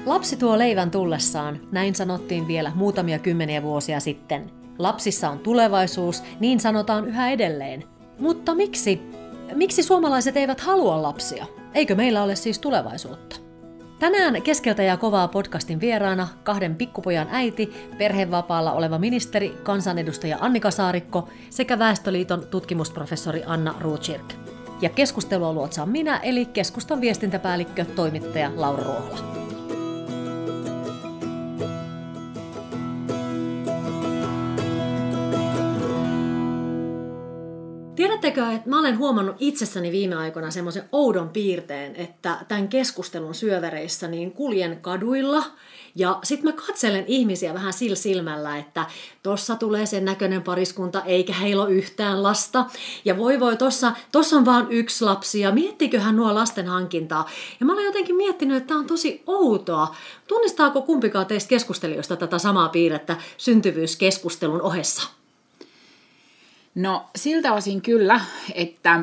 Lapsi tuo leivän tullessaan, näin sanottiin vielä muutamia kymmeniä vuosia sitten. Lapsissa on tulevaisuus, niin sanotaan yhä edelleen. Mutta miksi? Miksi suomalaiset eivät halua lapsia? Eikö meillä ole siis tulevaisuutta? Tänään Keskeltä ja kovaa podcastin vieraana 2 pikkupojan äiti, perhevapaalla oleva ministeri, kansanedustaja Annika Saarikko sekä Väestöliiton tutkimusprofessori Anna Rotkirch. Ja keskustelua luotsaan minä, eli keskustan viestintäpäällikkö, toimittaja Laura Ruohola. Tiedättekö, että mä olen huomannut itsessäni viime aikoina semmoisen oudon piirteen, että tämän keskustelun syövereissä niin kuljen kaduilla ja sitten mä katselen ihmisiä vähän sillä silmällä, että tossa tulee sen näköinen pariskunta eikä heillä ole yhtään lasta. Ja voi tossa on vaan 1 lapsi ja miettiköhän nuo lasten hankintaa. Ja mä olen jotenkin miettinyt, että tämä on tosi outoa. Tunnistaako kumpikaan teistä keskustelijoista tätä samaa piirrettä syntyvyyskeskustelun ohessa? No siltä osin kyllä, että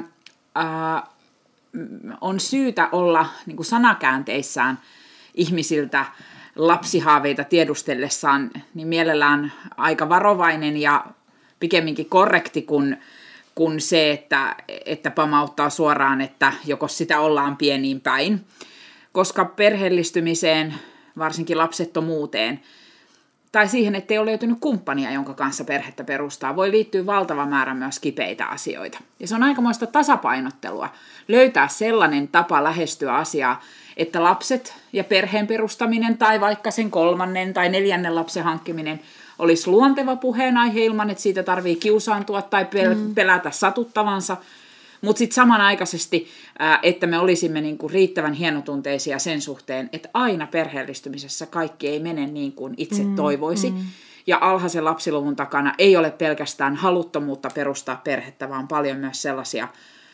on syytä olla niin kuin sanakäänteissään ihmisiltä lapsihaaveita tiedustellessaan niin mielellään aika varovainen ja pikemminkin korrekti kuin se, että pamauttaa suoraan, että joko sitä ollaan pieniin päin. Koska perheellistymiseen, varsinkin lapsettomuuteen, tai siihen, ettei ole löytynyt kumppania, jonka kanssa perhettä perustaa, voi liittyä valtava määrä myös kipeitä asioita. Ja se on aikamoista tasapainottelua löytää sellainen tapa lähestyä asiaa, että lapset ja perheen perustaminen tai vaikka sen 3. tai 4. lapsen hankkiminen olisi luonteva puheenaihe ilman, että siitä tarvitsee kiusaantua tai pelätä satuttavansa. Mutta sitten samanaikaisesti, että me olisimme niinku riittävän hienotunteisia sen suhteen, että aina perheellistymisessä kaikki ei mene niin kuin itse toivoisi. Ja alhaisen lapsiluvun takana ei ole pelkästään haluttomuutta perustaa perhettä, vaan paljon myös sellaisia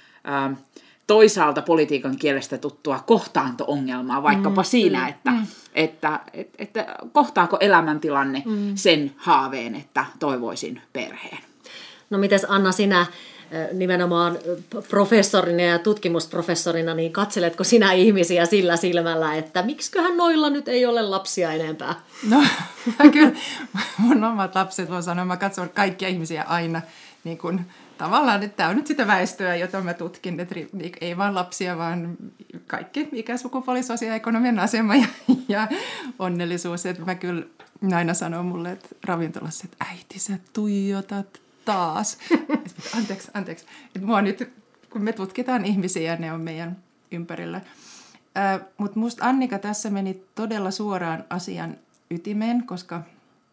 toisaalta politiikan kielestä tuttua kohtaanto-ongelmaa, vaikkapa siinä, että kohtaako elämäntilanne sen haaveen, että toivoisin perheen. No mites Anna, sinä nimenomaan professorina ja tutkimusprofessorina, niin katseletko sinä ihmisiä sillä silmällä, että miksiköhän noilla nyt ei ole lapsia enempää? No kyllä, mun omat lapset voi sanoa, mä katson kaikkia ihmisiä aina, niin kun, tavallaan, että tämä on nyt sitä väestöä, jota mä tutkin, että ei vaan lapsia, vaan kaikki ikäsukupuoli, sosioekonomian asema ja onnellisuus. Että mä kyllä aina sanon mulle, että ravintolassa, että äiti sä tuijotat taas. Anteeksi. Että mua nyt, kun me tutkitaan ihmisiä, ne on meidän ympärillä. Mutta musta Annika tässä meni todella suoraan asian ytimeen, koska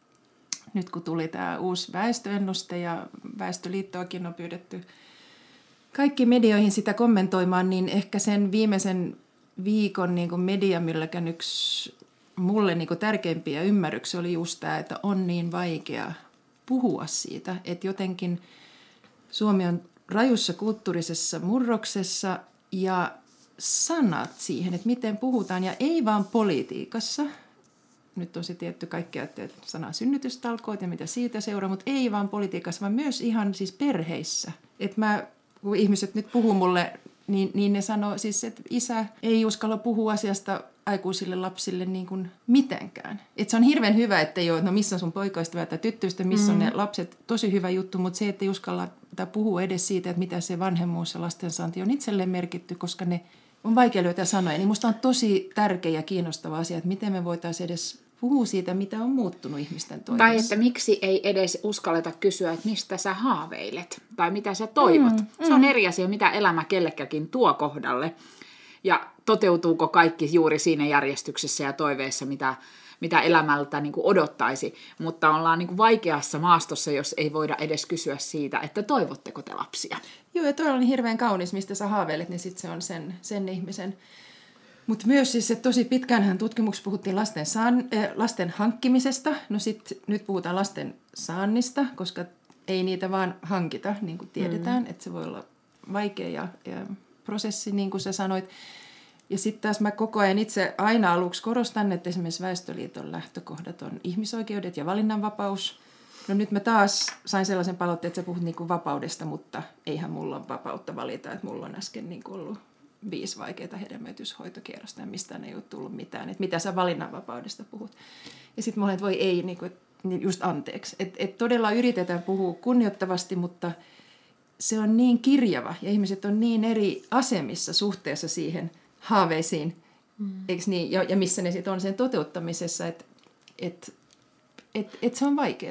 nyt kun tuli tämä uusi väestöennuste ja Väestöliittoakin on pyydetty kaikki medioihin sitä kommentoimaan, niin ehkä sen viimeisen viikon niin kuin mediamylläkään yksi mulle niin kuin tärkeimpiä ymmärryksiä oli just tämä, että on niin vaikea puhua siitä, että jotenkin Suomi on rajussa kulttuurisessa murroksessa ja sanat siihen, että miten puhutaan ja ei vaan politiikassa. Nyt on se tietty kaikkea, että sana synnytystalkoit ja mitä siitä seuraa, mutta ei vaan politiikassa, vaan myös ihan siis perheissä. Että kun ihmiset nyt puhuu mulle, niin ne sanoo siis, että isä ei uskalla puhua asiasta aikuisille lapsille niin kuin mitenkään. Että se on hirveän hyvä, että ei ole, no missä on sun poikaystävä tai tyttöystä, missä on ne lapset, tosi hyvä juttu, mutta se, että ei uskalla puhua edes siitä, että mitä se vanhemmuus ja lastensaanti on itselleen merkitty, koska ne on vaikea löytää sanoja. Niin musta on tosi tärkeä ja kiinnostava asia, että miten me voitaisiin edes puhua siitä, mitä on muuttunut ihmisten toivossa. Tai että miksi ei edes uskalleta kysyä, että mistä sä haaveilet tai mitä sä toivot. Se on eri asia, mitä elämä kellekäkin tuo kohdalle. Ja toteutuuko kaikki juuri siinä järjestyksessä ja toiveessa, mitä elämältä niin kuin odottaisi. Mutta ollaan niin kuin vaikeassa maastossa, jos ei voida edes kysyä siitä, että toivotteko te lapsia. Joo, ja toi on hirveän kaunis, mistä sä haaveilet, niin sitten se on sen ihmisen. Mutta myös siis, että tosi pitkäänhän tutkimuksessa puhuttiin lasten hankkimisesta. No sitten nyt puhutaan lasten saannista, koska ei niitä vaan hankita, niin kuin tiedetään. Että se voi olla vaikea ja prosessi, niin kuin sä sanoit. Ja sitten taas mä koko ajan itse aina aluksi korostan, että esimerkiksi Väestöliiton lähtökohdat on ihmisoikeudet ja valinnanvapaus. No nyt mä taas sain sellaisen palautteen, että sä puhut niin kuin vapaudesta, mutta eihän mulla ole vapautta valita, että mulla on äsken niin kuin ollut 5 vaikeaa hedelmöityshoitokierrosta ja mistään ei ole tullut mitään. Että mitä sä valinnanvapaudesta puhut. Ja sitten molemmat voi ei, niin kuin, just anteeksi. Et todella yritetään puhua kunnioittavasti, mutta se on niin kirjava ja ihmiset on niin eri asemissa suhteessa siihen haaveisiin, eikö niin? Ja missä ne sitten on sen toteuttamisessa, että se on vaikeaa.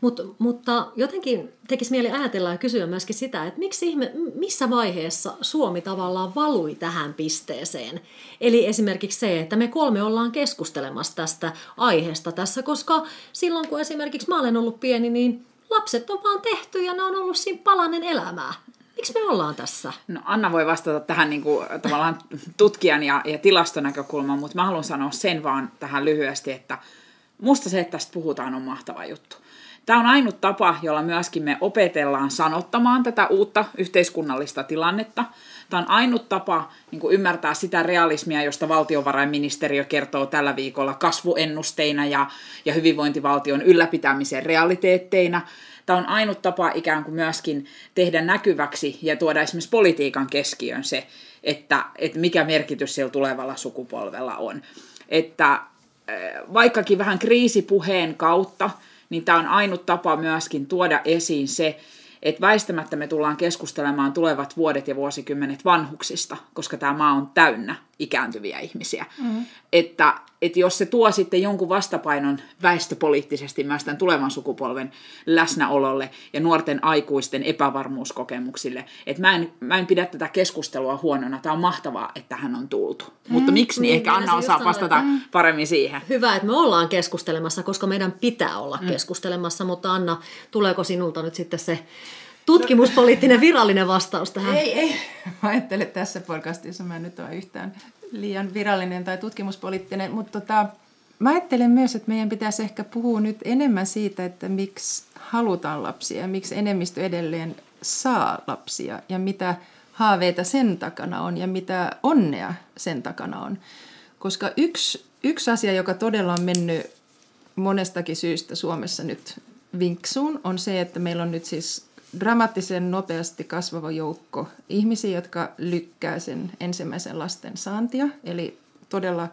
Mutta jotenkin tekisi mieli ajatella ja kysyä myöskin sitä, että missä vaiheessa Suomi tavallaan valui tähän pisteeseen. Eli esimerkiksi se, että me 3 ollaan keskustelemassa tästä aiheesta tässä, koska silloin kun esimerkiksi mä olen ollut pieni, niin lapset on vaan tehty ja ne on ollut siinä palanen elämää. Miksi me ollaan tässä? No Anna voi vastata tähän niin kuin, tavallaan tutkijan ja tilastonäkökulman, mutta mä haluan sanoa sen vaan tähän lyhyesti, että musta se, että tästä puhutaan, on mahtava juttu. Tämä on ainut tapa, jolla myöskin me opetellaan sanottamaan tätä uutta yhteiskunnallista tilannetta. Tämä on ainut tapa niin kuin ymmärtää sitä realismia, josta valtiovarainministeriö kertoo tällä viikolla kasvuennusteina ja hyvinvointivaltion ylläpitämisen realiteetteina. Tämä on ainut tapa ikään kuin myöskin tehdä näkyväksi ja tuoda esimerkiksi politiikan keskiöön se, että mikä merkitys sillä tulevalla sukupolvella on. Että vaikkakin vähän kriisipuheen kautta, niin tämä on ainut tapa myöskin tuoda esiin se, että väistämättä me tullaan keskustelemaan tulevat vuodet ja vuosikymmenet vanhuksista, koska tämä maa on täynnä ikääntyviä ihmisiä. Että jos se tuo sitten jonkun vastapainon väestöpoliittisesti myös tämän tulevan sukupolven läsnäololle ja nuorten aikuisten epävarmuuskokemuksille, että mä en pidä tätä keskustelua huonona. Tämä on mahtavaa, että tähän on tultu. Mutta miksi, niin ehkä Anna osaa vastata paremmin siihen. Hyvä, että me ollaan keskustelemassa, koska meidän pitää olla keskustelemassa, mutta Anna, tuleeko sinulta nyt sitten se tutkimuspoliittinen virallinen vastaus tähän? Ei. Mä ajattelen tässä podcastissa, mä en nyt ole yhtään liian virallinen tai tutkimuspoliittinen, mutta mä ajattelen myös, että meidän pitäisi ehkä puhua nyt enemmän siitä, että miksi halutaan lapsia ja miksi enemmistö edelleen saa lapsia ja mitä haaveita sen takana on ja mitä onnea sen takana on. Koska yksi asia, joka todella on mennyt monestakin syystä Suomessa nyt vinksuun, on se, että meillä on nyt siis dramaattisen nopeasti kasvava joukko ihmisiä, jotka lykkää sen ensimmäisen lasten saantia. Eli todella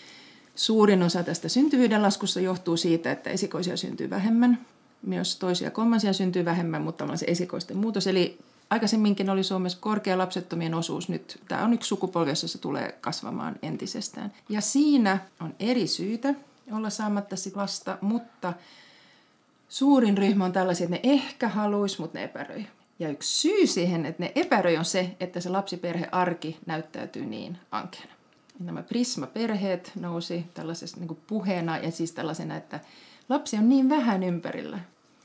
suurin osa tästä syntyvyyden laskusta johtuu siitä, että esikoisia syntyy vähemmän. Myös toisia kolmansia syntyy vähemmän, mutta on se esikoisten muutos. Eli aikaisemminkin oli Suomessa korkea lapsettomien osuus. Nyt tämä on yksi sukupolvi, jossa se tulee kasvamaan entisestään. Ja siinä on eri syitä olla saamatta sit lasta, mutta suurin ryhmä on tällaisia, että ne ehkä haluaisi, mutta ne epäröi. Ja yksi syy siihen, että ne epäröi, on se, että se lapsiperhearki näyttäytyy niin ankeana. Nämä Prisma-perheet nousi tällaisessa niin kuin puheena ja siis tällaisena, että lapsi on niin vähän ympärillä.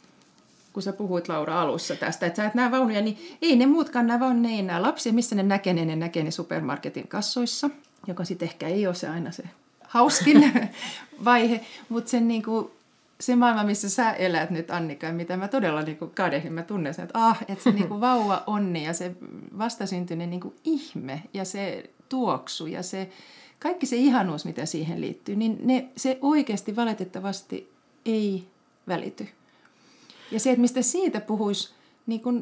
Kun sä puhuit, Laura, alussa tästä, että sä et näe vaunuja, niin ei ne muutkaan näe vaunuja, ei näe lapsia. Missä ne näkee ne supermarketin kassoissa, joka sitten ehkä ei ole se aina se hauskin vaihe, mutta sen niin kuin se maailma, missä sä elät nyt, Annika, mitä mä todella niin kuin kadehdin, mä tunnen sen, että se niin kuin vauva onni ja se vastasyntyinen niin kuin ihme ja se tuoksu ja se kaikki se ihanuus, mitä siihen liittyy, niin se oikeasti valitettavasti ei välity. Ja se, että mistä siitä puhuisi niin kuin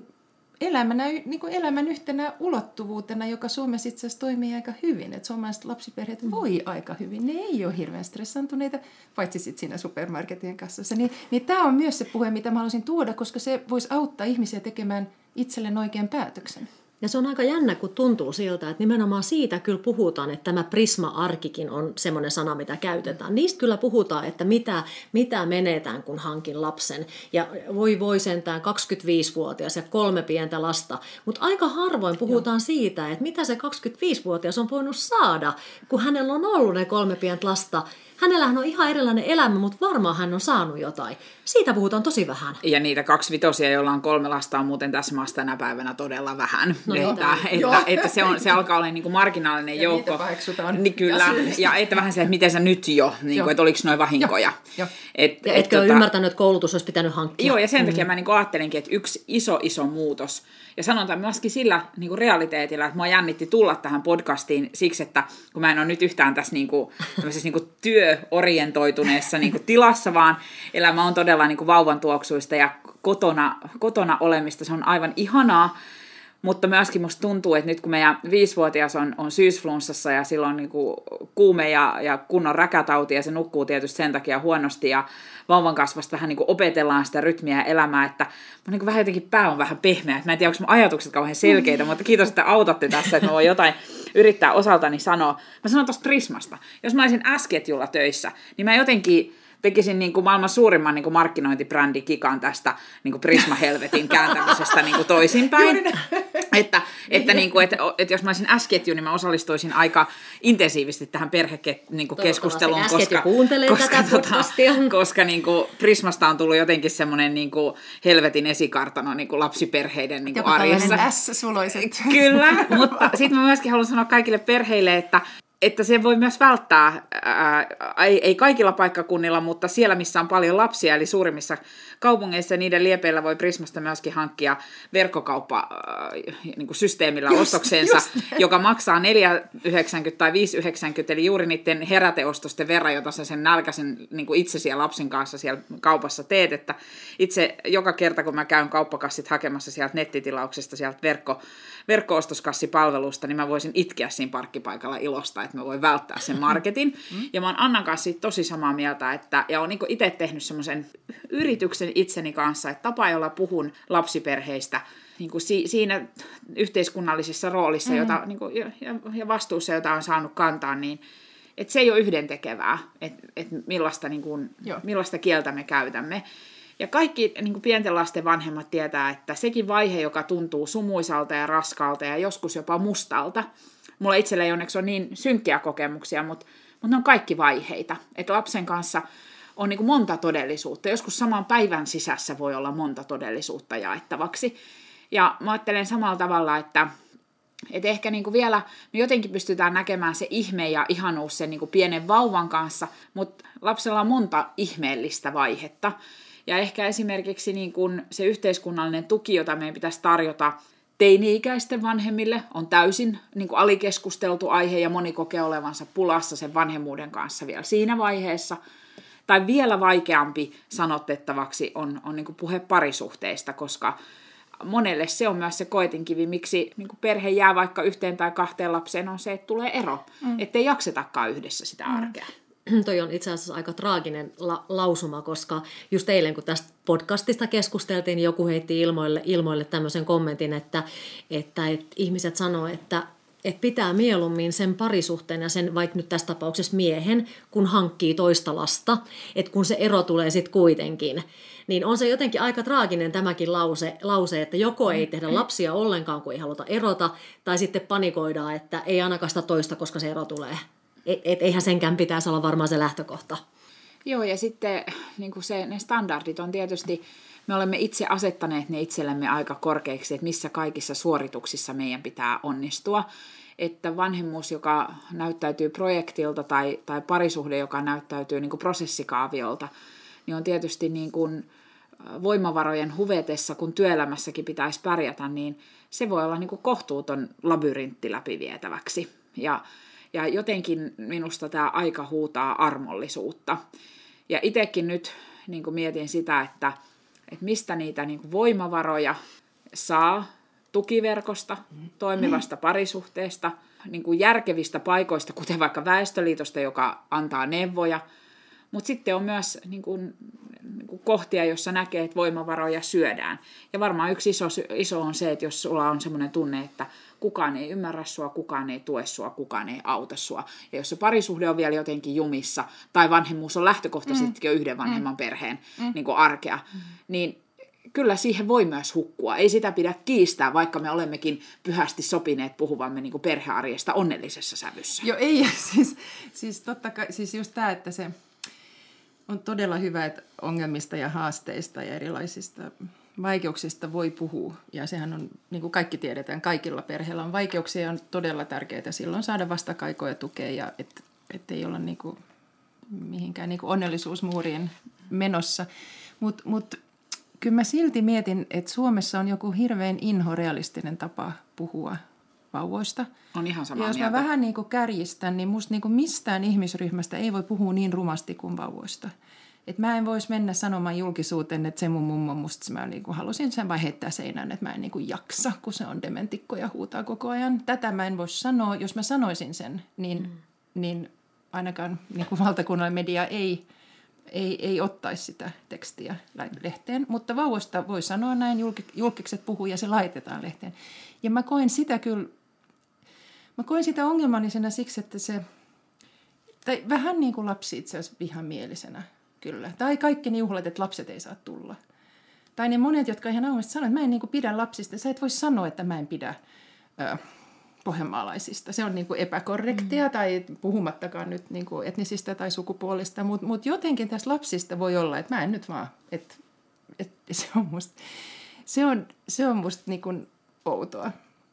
elämän yhtenä ulottuvuutena, joka Suomessa itse asiassa toimii aika hyvin. Että suomalaiset lapsiperheet voi aika hyvin. Ne ei ole hirveän stressantuneita, paitsi sitten siinä supermarketien kassassa. Niin tämä on myös se puhe, mitä mä haluaisin tuoda, koska se voisi auttaa ihmisiä tekemään itselleen oikean päätöksen. Ja se on aika jännä, kun tuntuu siltä, että nimenomaan siitä kyllä puhutaan, että tämä Prisma-arkikin on semmoinen sana, mitä käytetään. Niistä kyllä puhutaan, että mitä menetään, kun hankin lapsen. Ja voi sentään 25-vuotias ja 3 pientä lasta. Mutta aika harvoin puhutaan siitä, että mitä se 25-vuotias on voinut saada, kun hänellä on ollut ne 3 pientä lasta. Hänellähän on ihan erilainen elämä, mutta varmaan hän on saanut jotain. Siitä puhutaan tosi vähän. Ja niitä 2-vitosia, joilla on 3 lasta, on muuten tässä maassa tänä päivänä todella vähän. No että se alkaa olla niin kuin marginaalinen joukko. Ja niitä paheksutaan. Niin kyllä. Ja että vähän se, että miten sä nyt jo, niin kuin, että oliko noin vahinkoja. Etkö ole ymmärtänyt, että koulutus olisi pitänyt hankkia. Joo, ja sen takia mä niin kuin ajattelinkin, että yksi iso muutos. Ja sanon tämän myöskin sillä niin kuin realiteetilla, että mua jännitti tulla tähän podcastiin siksi, että kun mä en ole nyt yhtään tässä niin kuin työorientoituneessa niin kuin tilassa, vaan elämä on todella niin kuin vauvan tuoksuista ja kotona olemista. Se on aivan ihanaa, Mutta myöskin musta tuntuu, että nyt kun meidän 5-vuotias on syysflunssassa ja sillä on niin kuin kuume ja kunnon räkätauti ja se nukkuu tietysti sen takia huonosti ja vauvan kasvasta vähän niin kuin opetellaan sitä rytmiä ja elämää, että mun niin kuin vähän jotenkin pää on vähän pehmeä. Mä en tiedä, onko mun ajatukset kauhean selkeitä, mutta kiitos, että autatte tässä, että mä voin jotain yrittää osaltani sanoa. Mä sanon tuosta Prismasta. Jos mä olisin S-ketjulla töissä, niin mä jotenkin tekisin niin kuin maailman suurimman niin kuin markkinointibrändi-kikan tästä niin kuin Prisma-helvetin kääntämisestä niin kuin toisinpäin. Että jos mä olisin S-ketju, niin mä osallistuisin aika intensiivisesti tähän perhekeskusteluun. S-ketju kuuntelee tätä podcastia. Koska niin kuin Prismasta on tullut jotenkin semmoinen niin kuin helvetin esikartano niin kuin lapsiperheiden niin kuin arjessa. Jopa S-suloiset. Kyllä, mutta sitten mä myöskin haluan sanoa kaikille perheille, että se voi myös välttää, ei kaikilla paikkakunnilla, mutta siellä, missä on paljon lapsia, eli suurimmissa kaupungeissa, niiden liepeillä voi Prismasta myöskin hankkia verkkokauppasysteemillä ostoksensa, joka maksaa 4,90 tai 5,90, eli juuri niiden heräteostosten verran, jota sä sen nälkäisen niin kuin itse siellä lapsen kanssa siellä kaupassa teet, että itse joka kerta, kun mä käyn kauppakassit hakemassa sieltä nettitilauksesta, sieltä verkko-ostoskassipalvelusta, niin mä voisin itkeä siinä parkkipaikalla ilosta, että mä voin välttää sen marketin. Ja mä oon Annan kanssa siitä tosi samaa mieltä, ja oon niin itse tehnyt semmoisen yrityksen itseni kanssa, että tapa, jolla puhun lapsiperheistä niin kuin siinä yhteiskunnallisessa roolissa jota, niin kuin, ja vastuussa, jota on saanut kantaa, niin että se ei ole yhdentekevää, että millaista kieltä me käytämme. Ja kaikki niin kuin pienten lasten vanhemmat tietää, että sekin vaihe, joka tuntuu sumuisalta ja raskaalta ja joskus jopa mustalta, mulla itsellä ei onneksi ole niin synkkiä kokemuksia, mutta ne on kaikki vaiheita. Että lapsen kanssa on niin kuin monta todellisuutta. Joskus saman päivän sisässä voi olla monta todellisuutta jaettavaksi. Ja mä ajattelen samalla tavalla, että ehkä niin kuin vielä me jotenkin pystytään näkemään se ihme ja ihanuus sen niin kuin pienen vauvan kanssa, mutta lapsella on monta ihmeellistä vaihetta. Ja ehkä esimerkiksi niin kuin se yhteiskunnallinen tuki, jota meidän pitäisi tarjota teini-ikäisten vanhemmille, on täysin niin kuin alikeskusteltu aihe ja moni kokee olevansa pulassa sen vanhemmuuden kanssa vielä siinä vaiheessa. Tai vielä vaikeampi sanotettavaksi on niin kuin puhe parisuhteista, koska monelle se on myös se koetinkivi, miksi niin kuin perhe jää vaikka 1 tai 2 lapseen, on se, että tulee ero, ettei jaksetakaan yhdessä sitä arkea. Toi on itse asiassa aika traaginen lausuma, koska just eilen, kun tästä podcastista keskusteltiin, niin joku heitti ilmoille tämmöisen kommentin, että ihmiset sanoo, että pitää mieluummin sen parisuhteen ja sen vaikka nyt tässä tapauksessa miehen, kun hankkii toista lasta, että kun se ero tulee sitten kuitenkin. Niin on se jotenkin aika traaginen tämäkin lause, että joko ei tehdä lapsia ollenkaan, kun ei haluta erota, tai sitten panikoidaan, että ei ainakaan sitä toista, koska se ero tulee. Eihän senkään pitäisi olla varmaan se lähtökohta. Joo, ja sitten niin kuin ne standardit on tietysti, me olemme itse asettaneet ne itsellemme aika korkeiksi, että missä kaikissa suorituksissa meidän pitää onnistua. Että vanhemmuus, joka näyttäytyy projektilta tai parisuhde, joka näyttäytyy niin kuin prosessikaaviolta, niin on tietysti niin kuin voimavarojen huvetessa, kun työelämässäkin pitäisi pärjätä, niin se voi olla niin kuin kohtuuton labyrintti läpivietäväksi. Ja jotenkin minusta tämä aika huutaa armollisuutta. Ja itsekin nyt niin kuin mietin sitä, että mistä niitä niin kuin voimavaroja saa tukiverkosta, toimivasta parisuhteesta, niin kuin järkevistä paikoista, kuten vaikka Väestöliitosta, joka antaa neuvoja. Mutta sitten on myös niin kuin kohtia, jossa näkee, että voimavaroja syödään. Ja varmaan yksi iso on se, että jos sulla on semmoinen tunne, että kukaan ei ymmärrä sua, kukaan ei tue sua, kukaan ei auta sua. Ja jos se parisuhde on vielä jotenkin jumissa, tai vanhemmuus on lähtökohtaisesti jo yhden vanhemman perheen niin kuin arkea, niin kyllä siihen voi myös hukkua. Ei sitä pidä kiistää, vaikka me olemmekin pyhästi sopineet puhuvamme niin kuin perhearjesta onnellisessa sävyssä. Joo, ei. Siis totta kai, siis just tämä, että se on todella hyvä, että ongelmista ja haasteista ja erilaisista vaikeuksista voi puhua. Ja sehän on, niin kuin kaikki tiedetään, kaikilla perheillä on vaikeuksia ja on todella tärkeää silloin saada vastakaikoja tukea ja ettei olla niin kuin mihinkään niin kuin onnellisuusmuuriin menossa. Mut kyllä mä silti mietin, että Suomessa on joku hirveän inhorealistinen tapa puhua vauvoista. On ihan samaa mieltä. Jos mä vähän niin kuin kärjistän, niin musta niin kuin mistään ihmisryhmästä ei voi puhua niin rumasti kuin vauvoista. Että mä en voisi mennä sanomaan julkisuuteen, että se mun mummo musta, mä niin kuin halusin sen vaan heittää seinään, että mä en niin kuin jaksa, kun se on dementikko ja huutaa koko ajan. Tätä mä en voisi sanoa. Jos mä sanoisin sen, niin ainakaan niin kuin valtakunnallinen media ei ottaisi sitä tekstiä lehteen. Mutta vauvasta voi sanoa näin, julkikset puhuu ja se laitetaan lehteen. Ja mä koen sitä ongelmallisena siksi, että se, tai vähän niin kuin lapsi itse asiassa vihamielisenä. Kyllä. Tai kaikki ne juhlat, että lapset ei saa tulla. Tai ne monet, jotka ihan avoimesti sanoo, että mä en niin kuin pidä lapsista. Sä et voi sanoa, että mä en pidä pohjanmaalaisista. Se on niin kuin epäkorrektia tai puhumattakaan nyt niin kuin etnisistä tai sukupuolista. Mutta jotenkin tässä lapsista voi olla, että mä en nyt vaan. Että se on musta niin kuin outoa.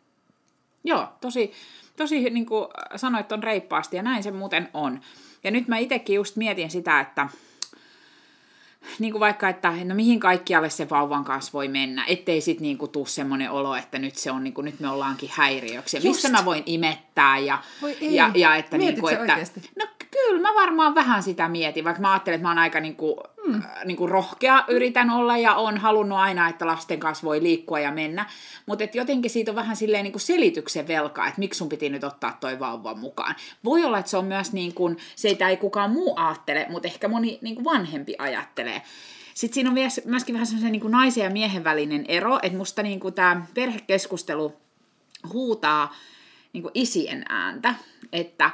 Joo, tosi niin kuin sanoit on reippaasti ja näin se muuten on. Ja nyt mä itsekin just mietin sitä, että niin kuin vaikka, että no mihin kaikkialle se vauvan kanssa voi mennä, ettei sit niin kuin tuu semmoinen olo, että nyt se on niin kuin, nyt me ollaankin häiriöksi. Ja missä mä voin imettää ja että mietit niin kuin, että oikeasti? no kyllä mä varmaan vähän sitä mietin, vaikka mä ajattelen, että mä oon aika niin kuin rohkea yritän olla ja oon halunnut aina, että lasten kanssa voi liikkua ja mennä, mutta jotenkin siitä on vähän silleen niin kuin selityksen velkaa, että miksi sun piti nyt ottaa toi vauvan mukaan. Voi olla, että se on myös niin kuin, se ei kukaan muu ajattele, mutta ehkä moni niin kuin vanhempi ajattelee. Sitten siinä on myöskin vähän semmoinen niin kuin naisen ja miehen välinen ero, että musta niin kuin tämä perhekeskustelu huutaa niin kuin isien ääntä, että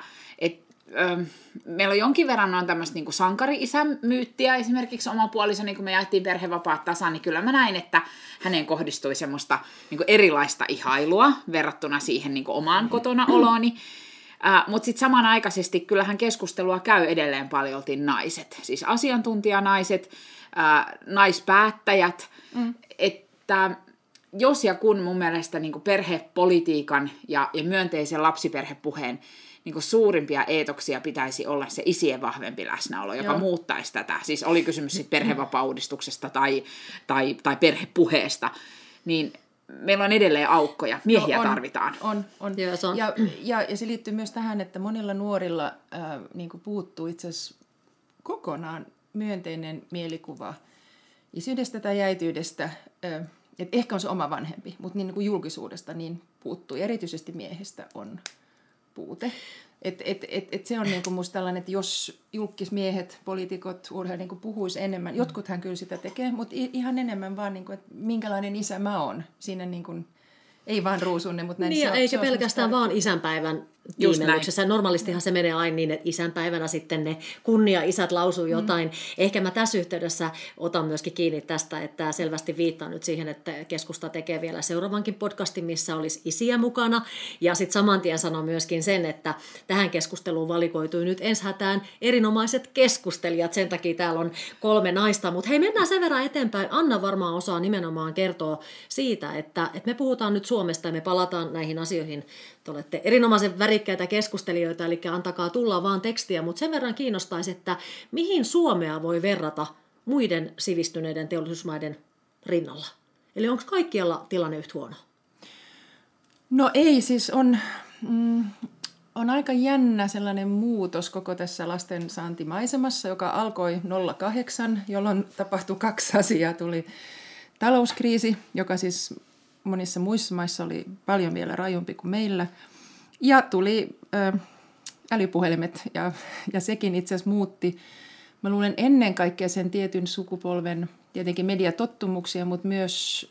meillä on jonkin verran on tämmöistä niin kuin sankari-isä-myyttiä, esimerkiksi oma puolisoni, kun me jaettiin perhevapaat tasan, niin kyllä mä näin, että häneen kohdistui semmoista niin kuin erilaista ihailua verrattuna siihen niin kuin omaan kotona olooni. Mutta sitten samanaikaisesti kyllähän keskustelua käy edelleen paljolti naiset, siis asiantuntijanaiset, naispäättäjät, että jos ja kun mun mielestä niin kuin perhepolitiikan ja myönteisen lapsiperhepuheen niin kuin suurimpia eetoksia pitäisi olla se isien vahvempi läsnäolo, joka muuttaisi tätä. Siis oli kysymys siitä perhevapaa-uudistuksesta tai perhepuheesta, niin meillä on edelleen aukkoja. Miehiä tarvitaan. On. Joo, se on. Ja se liittyy myös tähän, että monilla nuorilla niin kuin puuttuu itse asiassa kokonaan myönteinen mielikuva isyydestä tai äitiydestä. Et ehkä on se oma vanhempi, mutta niin kuin julkisuudesta niin puuttuu. Erityisesti miehestä on puute. Et se on niinku musta tällainen, että jos julkismiehet, poliitikot, urheilijat niinku puhuisi enemmän, jotkuthan kyllä sitä tekee, mutta ihan enemmän vaan, niinku, että minkälainen isä mä oon. Siinä niinku, ei vaan ruusunne, mutta näin. Niin, eikä pelkästään vaan isänpäivän tiimellyksessä. Normaalistihan se menee aina niin, että isänpäivänä sitten ne kunnia-isät lausuu jotain. Ehkä mä tässä yhteydessä otan myöskin kiinni tästä, että selvästi viittaan nyt siihen, että keskusta tekee vielä seuraavankin podcastin, missä olisi isiä mukana. Ja sitten saman tien sanon myöskin sen, että tähän keskusteluun valikoitui nyt ensi hätään erinomaiset keskustelijat. Sen takia täällä on 3 naista. Mutta hei, mennään sen verran eteenpäin. Anna varmaan osaa nimenomaan kertoa siitä, että me puhutaan nyt Suomesta ja me palataan näihin asioihin. Te olette erinomaisen värikkäitä keskustelijoita, eli antakaa tulla vaan tekstiä, mutta sen verran kiinnostaisi, että mihin Suomea voi verrata muiden sivistyneiden teollisuusmaiden rinnalla? Eli onko kaikkialla tilanne yhtä huono? No ei, siis on aika jännä sellainen muutos koko tässä lastensaantimaisemassa, joka alkoi 2008, jolloin tapahtui 2 asiaa. Tuli talouskriisi, joka siis monissa muissa maissa oli paljon vielä rajumpi kuin meillä. Ja tuli älypuhelimet ja sekin itse asiassa muutti. Mä luulen ennen kaikkea sen tietyn sukupolven tietenkin mediatottumuksia, mutta myös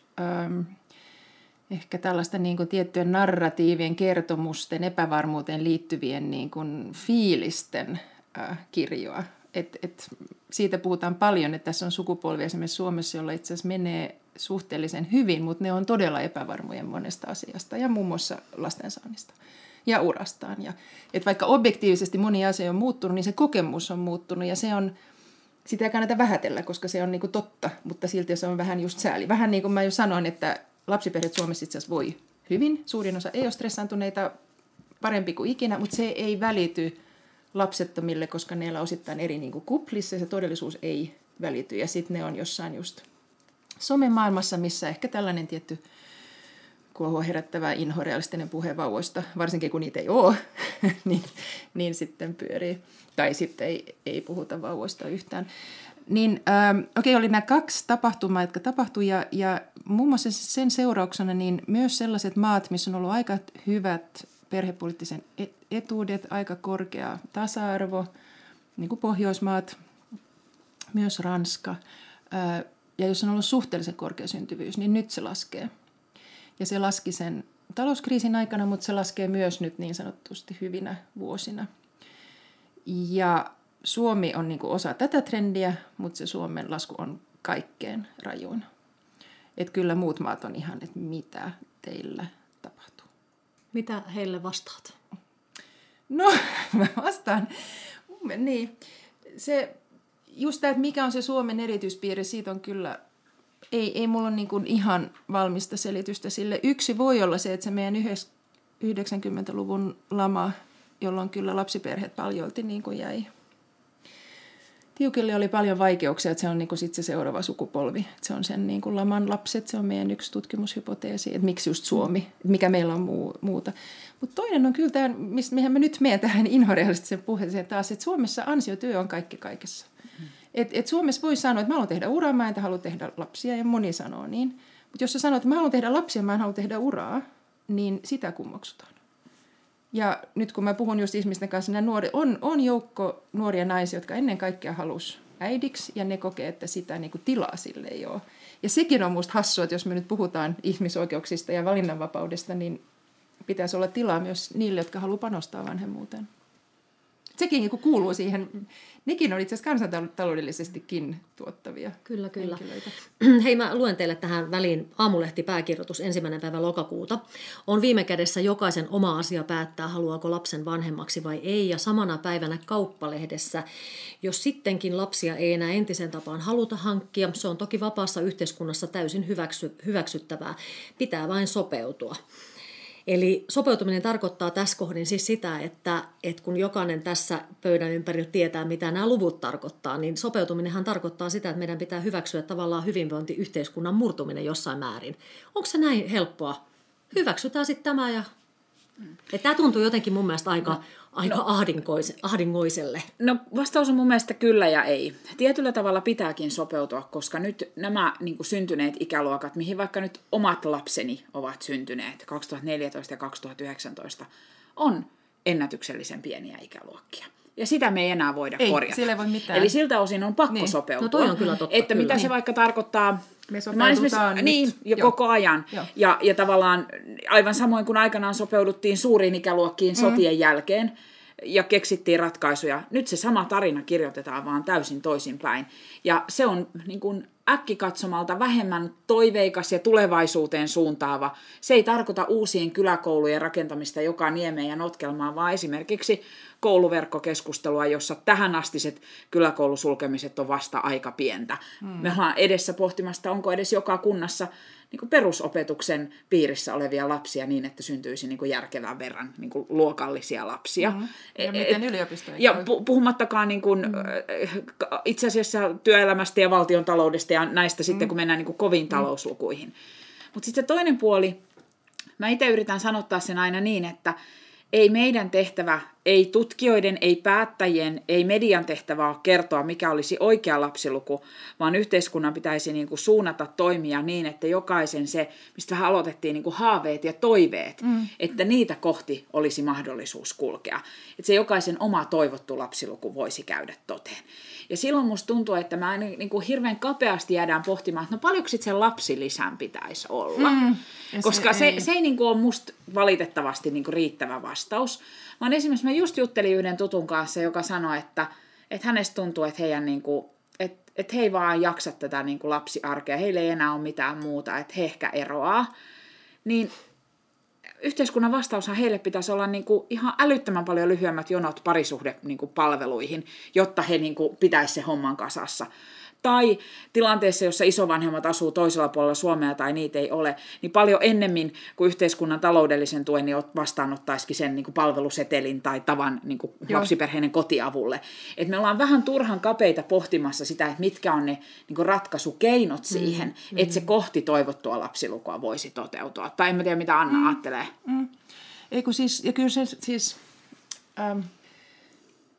ehkä tällaista niin kuin tiettyjen narratiivien, kertomusten, epävarmuuteen liittyvien niin kuin fiilisten kirjoa. Siitä puhutaan paljon, että tässä on sukupolvi esimerkiksi Suomessa, jolla itse asiassa menee suhteellisen hyvin, mutta ne on todella epävarmoja monesta asiasta ja muun muassa lastensaannista ja urastaan. Ja, että vaikka objektiivisesti moni asia on muuttunut, niin se kokemus on muuttunut ja sitä ei kannata vähätellä, koska se on niin kuin totta, mutta silti se on vähän just sääli. Vähän niin kuin mä jo sanoin, että lapsiperheet Suomessa itse asiassa voi hyvin. Suurin osa ei ole stressaantuneita parempi kuin ikinä, mutta se ei välity lapsettomille, koska neillä on osittain eri niin kuin kuplissa ja se todellisuus ei välity. Ja sitten ne on jossain just somemaailmassa, missä ehkä tällainen tietty kuohua herättävä inhorealistinen puhe vauvoista, varsinkin kun niitä ei ole, niin sitten pyörii. Tai sitten ei puhuta vauvoista yhtään. Okei, oli nämä 2 tapahtumaa, jotka tapahtui ja muun muassa sen seurauksena niin myös sellaiset maat, missä on ollut aika hyvät perhepoliittisen etuudet, aika korkea tasa-arvo, niin kuin Pohjoismaat, myös Ranska, ja jos on ollut suhteellisen korkea syntyvyys, niin nyt se laskee. Ja se laski sen talouskriisin aikana, mutta se laskee myös nyt niin sanotusti hyvinä vuosina. Ja Suomi on niin kuin osa tätä trendiä, mutta se Suomen lasku on kaikkein rajuin. Että kyllä muut maat on ihan, että mitä teillä tapahtuu. Mitä heille vastaat? No, mä vastaan. Niin, se, just tämä, että mikä on se Suomen erityispiirre, siitä on kyllä, ei mulla ole niin kuin ihan valmista selitystä sille. Yksi voi olla se, että se meidän 90-luvun lama, jolloin kyllä lapsiperheet paljolti niin kuin jäi. Tiukille oli paljon vaikeuksia, että se on niin kuin sit se seuraava sukupolvi. Että se on sen niin kuin laman lapset, se on meidän yksi tutkimushypoteesi, että miksi just Suomi, että mikä meillä on muuta. Mutta toinen on kyllä tämä, mihin me nyt menen tähän inhorealistiseen puheeseen taas, että Suomessa ansiotyö on kaikki kaikessa. Et Suomessa voi sanoa, että mä haluan tehdä uraa, mä en halua tehdä lapsia, ja moni sanoo niin. Mutta jos sä sanoo, että mä haluan tehdä lapsia, mä en halua tehdä uraa, niin sitä kummoksutaan. Ja nyt kun mä puhun just ihmisten kanssa, on joukko nuoria naisia, jotka ennen kaikkea halusi äidiksi, ja ne kokee, että sitä niin kuin tilaa sille ei ole. Ja sekin on musta hassua, että jos me nyt puhutaan ihmisoikeuksista ja valinnanvapaudesta, niin pitäisi olla tilaa myös niille, jotka haluaa panostaa vanhemmuuteen. Sekin niin kuin kuuluu siihen. Nekin on itse asiassa kansantaloudellisestikin tuottavia. Kyllä. henkilöitä. Hei, mä luen teille tähän väliin Aamulehti-pääkirjoitus 1. päivä lokakuuta. On viime kädessä jokaisen oma asia päättää, haluaako lapsen vanhemmaksi vai ei. Ja samana päivänä Kauppalehdessä, jos sittenkin lapsia ei enää entisen tapaan haluta hankkia, se on toki vapaassa yhteiskunnassa täysin hyväksyttävää. Pitää vain sopeutua. Eli sopeutuminen tarkoittaa tässä kohdin siis sitä, että kun jokainen tässä pöydän ympärillä tietää, mitä nämä luvut tarkoittaa, niin sopeutuminenhan tarkoittaa sitä, että meidän pitää hyväksyä tavallaan hyvinvointiyhteiskunnan murtuminen jossain määrin. Onko se näin helppoa? Hyväksytään sitten tämä ja... Tämä tuntuu jotenkin mun mielestä aika ahdingoiselle. No vastaus on mun mielestä kyllä ja ei. Tietyllä tavalla pitääkin sopeutua, koska nyt nämä niin kuin syntyneet ikäluokat, mihin vaikka nyt omat lapseni ovat syntyneet 2014 ja 2019, on ennätyksellisen pieniä ikäluokkia. Ja sitä me ei enää voida korjata. Sillä ei voi mitään. Eli siltä osin on pakko sopeutua. No toi on kyllä totta. Että mitä se vaikka tarkoittaa... Me sopeudutaan nyt. Niin, jo koko ajan. Ja tavallaan aivan samoin kuin aikanaan sopeuduttiin suuriin ikäluokkiin sotien jälkeen ja keksittiin ratkaisuja. Nyt se sama tarina kirjoitetaan vaan täysin toisinpäin. Ja se on niin kuin äkkikatsomalta vähemmän toiveikas ja tulevaisuuteen suuntaava. Se ei tarkoita uusien kyläkoulujen rakentamista joka niemeen ja notkelmaan, vaan esimerkiksi kouluverkkokeskustelua, jossa tähänastiset kyläkoulusulkemiset on vasta aika pientä. Me ollaan edessä pohtimasta, onko edes joka kunnassa niin kuin perusopetuksen piirissä olevia lapsia niin, että syntyisi niin kuin järkevän verran niin kuin luokallisia lapsia. Ja miten yliopistoja? Ja puhumattakaan niin kuin, itse asiassa työelämästä ja valtiontaloudesta ja näistä sitten, kun mennään niin kuin koviin talouslukuihin. Mutta sitten se toinen puoli, mä itse yritän sanottaa sen aina niin, että ei meidän tehtävä, ei tutkijoiden, ei päättäjien, ei median tehtävä ole kertoa, mikä olisi oikea lapsiluku, vaan yhteiskunnan pitäisi niin kuin suunnata toimia niin, että jokaisen se, mistä vähän aloitettiin, niin kuin haaveet ja toiveet, että niitä kohti olisi mahdollisuus kulkea. Että se jokaisen oma toivottu lapsiluku voisi käydä toteen. Ja silloin musta tuntuu, että mä niin kuin hirveän kapeasti jäädään pohtimaan, että no paljonko sitten sen lapsilisän pitäisi olla. Koska se ei niin kuin ole musta valitettavasti niin kuin riittävä vastaus. Vaan esimerkiksi mä just juttelin yhden tutun kanssa, joka sanoi, että hänestä tuntuu, että heidän niin kuin, että he ei vaan jaksa tätä niin kuin lapsiarkea, heillä ei enää ole mitään muuta, että he ehkä eroaa. Niin yhteiskunnan vastaushan heille pitäisi olla niin kuin ihan älyttömän paljon lyhyemmät jonot parisuhdepalveluihin, jotta he niin kuin pitäisi se homman kasassa. Tai tilanteessa, jossa isovanhemmat asuu toisella puolella Suomea tai niitä ei ole, niin paljon ennemmin kuin yhteiskunnan taloudellisen tuen, niin vastaanottaisikin sen niin kuin palvelusetelin tai tavan niin kuin lapsiperheiden kotiavulle. Et me ollaan vähän turhan kapeita pohtimassa sitä, että mitkä on ne niin kuin ratkaisukeinot siihen, että se kohti toivottua lapsilukua voisi toteutua. Tai en mä tiedä, mitä Anna ajattelee. Ei kun siis, ja kyllä se siis...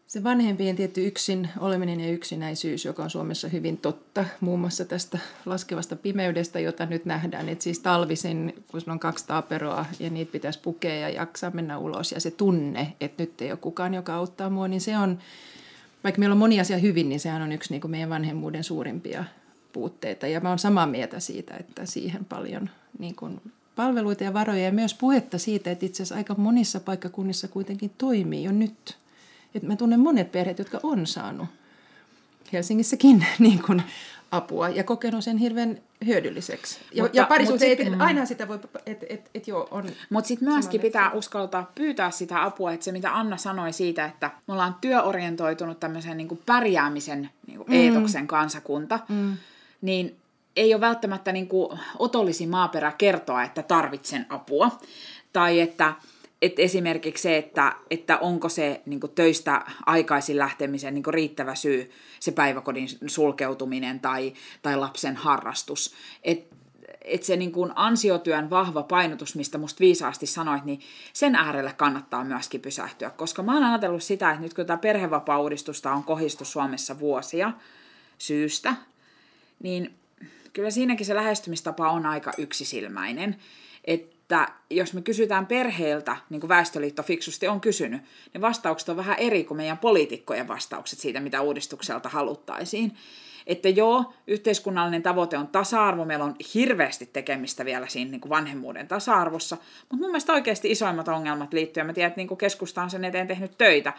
Se vanhempien tietty yksin oleminen ja yksinäisyys, joka on Suomessa hyvin totta, muun muassa tästä laskevasta pimeydestä, jota nyt nähdään. Että siis talvisin, kun sulla on 2 taaperoa ja niitä pitäisi pukea ja jaksaa mennä ulos. Ja se tunne, että nyt ei ole kukaan, joka auttaa mua, niin se on, vaikka meillä on moni asia hyvin, niin sehän on yksi niin kuin meidän vanhemmuuden suurimpia puutteita. Ja mä oon samaa mieltä siitä, että siihen paljon niin kuin palveluita ja varoja ja myös puhetta siitä, että itse asiassa aika monissa paikkakunnissa kuitenkin toimii jo nyt. Et mä tunnen monet perheet, jotka on saanut Helsingissäkin niin kuin apua ja kokenut sen hirveän hyödylliseksi. Ja parisuhde, aina sitä voi, että joo, on. Mutta sitten myöskin pitää uskaltaa pyytää sitä apua, että se mitä Anna sanoi siitä, että me ollaan työorientoitunut tämmöisen niin kuin pärjäämisen niin kuin eetoksen kansakunta, niin ei ole välttämättä niin kuin otollisin maaperä kertoa, että tarvitsen apua. Tai että esimerkiksi se, että onko se niin kuin töistä aikaisin lähtemisen niin kuin riittävä syy, se päiväkodin sulkeutuminen tai lapsen harrastus. Että se niin kuin ansiotyön vahva painotus, mistä musta viisaasti sanoit, niin sen äärelle kannattaa myöskin pysähtyä. Koska mä oon ajatellut sitä, että nyt kun tämä perhevapaa-uudistusta on kohistu Suomessa vuosia syystä, niin kyllä siinäkin se lähestymistapa on aika yksisilmäinen. Että jos me kysytään perheiltä, niin kuin Väestöliitto fiksusti on kysynyt, niin vastaukset on vähän eri kuin meidän poliitikkojen vastaukset siitä, mitä uudistukselta haluttaisiin. Että joo, yhteiskunnallinen tavoite on tasa-arvo, meillä on hirveästi tekemistä vielä siinä niin kuin vanhemmuuden tasa-arvossa, mutta mun mielestä oikeasti isoimmat ongelmat liittyen, mä tiedän, että niin kuin keskusta on sen eteen tehnyt töitä,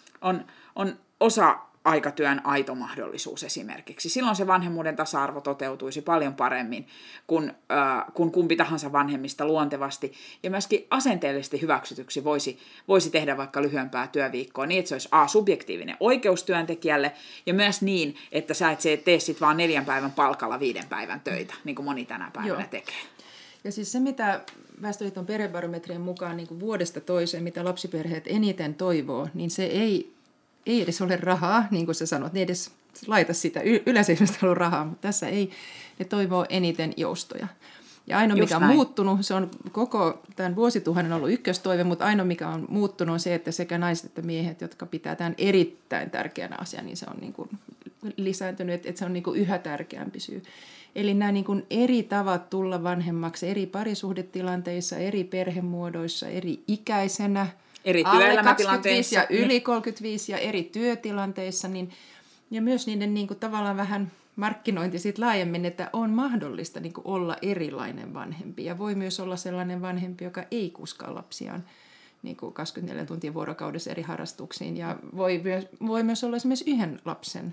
on osa-aikatyön aito mahdollisuus esimerkiksi. Silloin se vanhemmuuden tasa-arvo toteutuisi paljon paremmin kuin kumpi tahansa vanhemmista luontevasti. Ja myöskin asenteellisesti hyväksytyksi voisi tehdä vaikka lyhyempää työviikkoa niin, että se olisi subjektiivinen oikeus työntekijälle ja myös niin, että sä et tee sit vaan 4 päivän palkalla 5 päivän töitä, niin kuin moni tänä päivänä tekee. Ja siis se, mitä Väestöliiton perhebarometrien mukaan niin kuin vuodesta toiseen, mitä lapsiperheet eniten toivoo, niin se ei edes ole rahaa, niin kuin sä sanot, ne edes laita sitä. Yleensä ihmiset haluaa rahaa, mutta tässä ei. Ne toivoo eniten joustoja. Ja ainoa, mikä on muuttunut, se on koko tämän vuosituhannen ollut ykköstoive, mutta ainoa, mikä on muuttunut, on se, että sekä naiset että miehet, jotka pitää tämän erittäin tärkeänä asian, niin se on niin kuin lisääntynyt, että se on niin kuin yhä tärkeämpi syy. Eli nämä niin kuin eri tavat tulla vanhemmaksi eri parisuhdetilanteissa, eri perhemuodoissa, eri ikäisenä, eri alle 25 ja yli 35 ja eri työtilanteissa, niin, ja myös niiden niin kuin tavallaan vähän markkinointi siitä laajemmin, että on mahdollista niin kuin olla erilainen vanhempi. Ja voi myös olla sellainen vanhempi, joka ei kuskaa lapsiaan niin kuin 24 tuntia vuorokaudessa eri harrastuksiin. Ja voi myös olla esimerkiksi 1 lapsen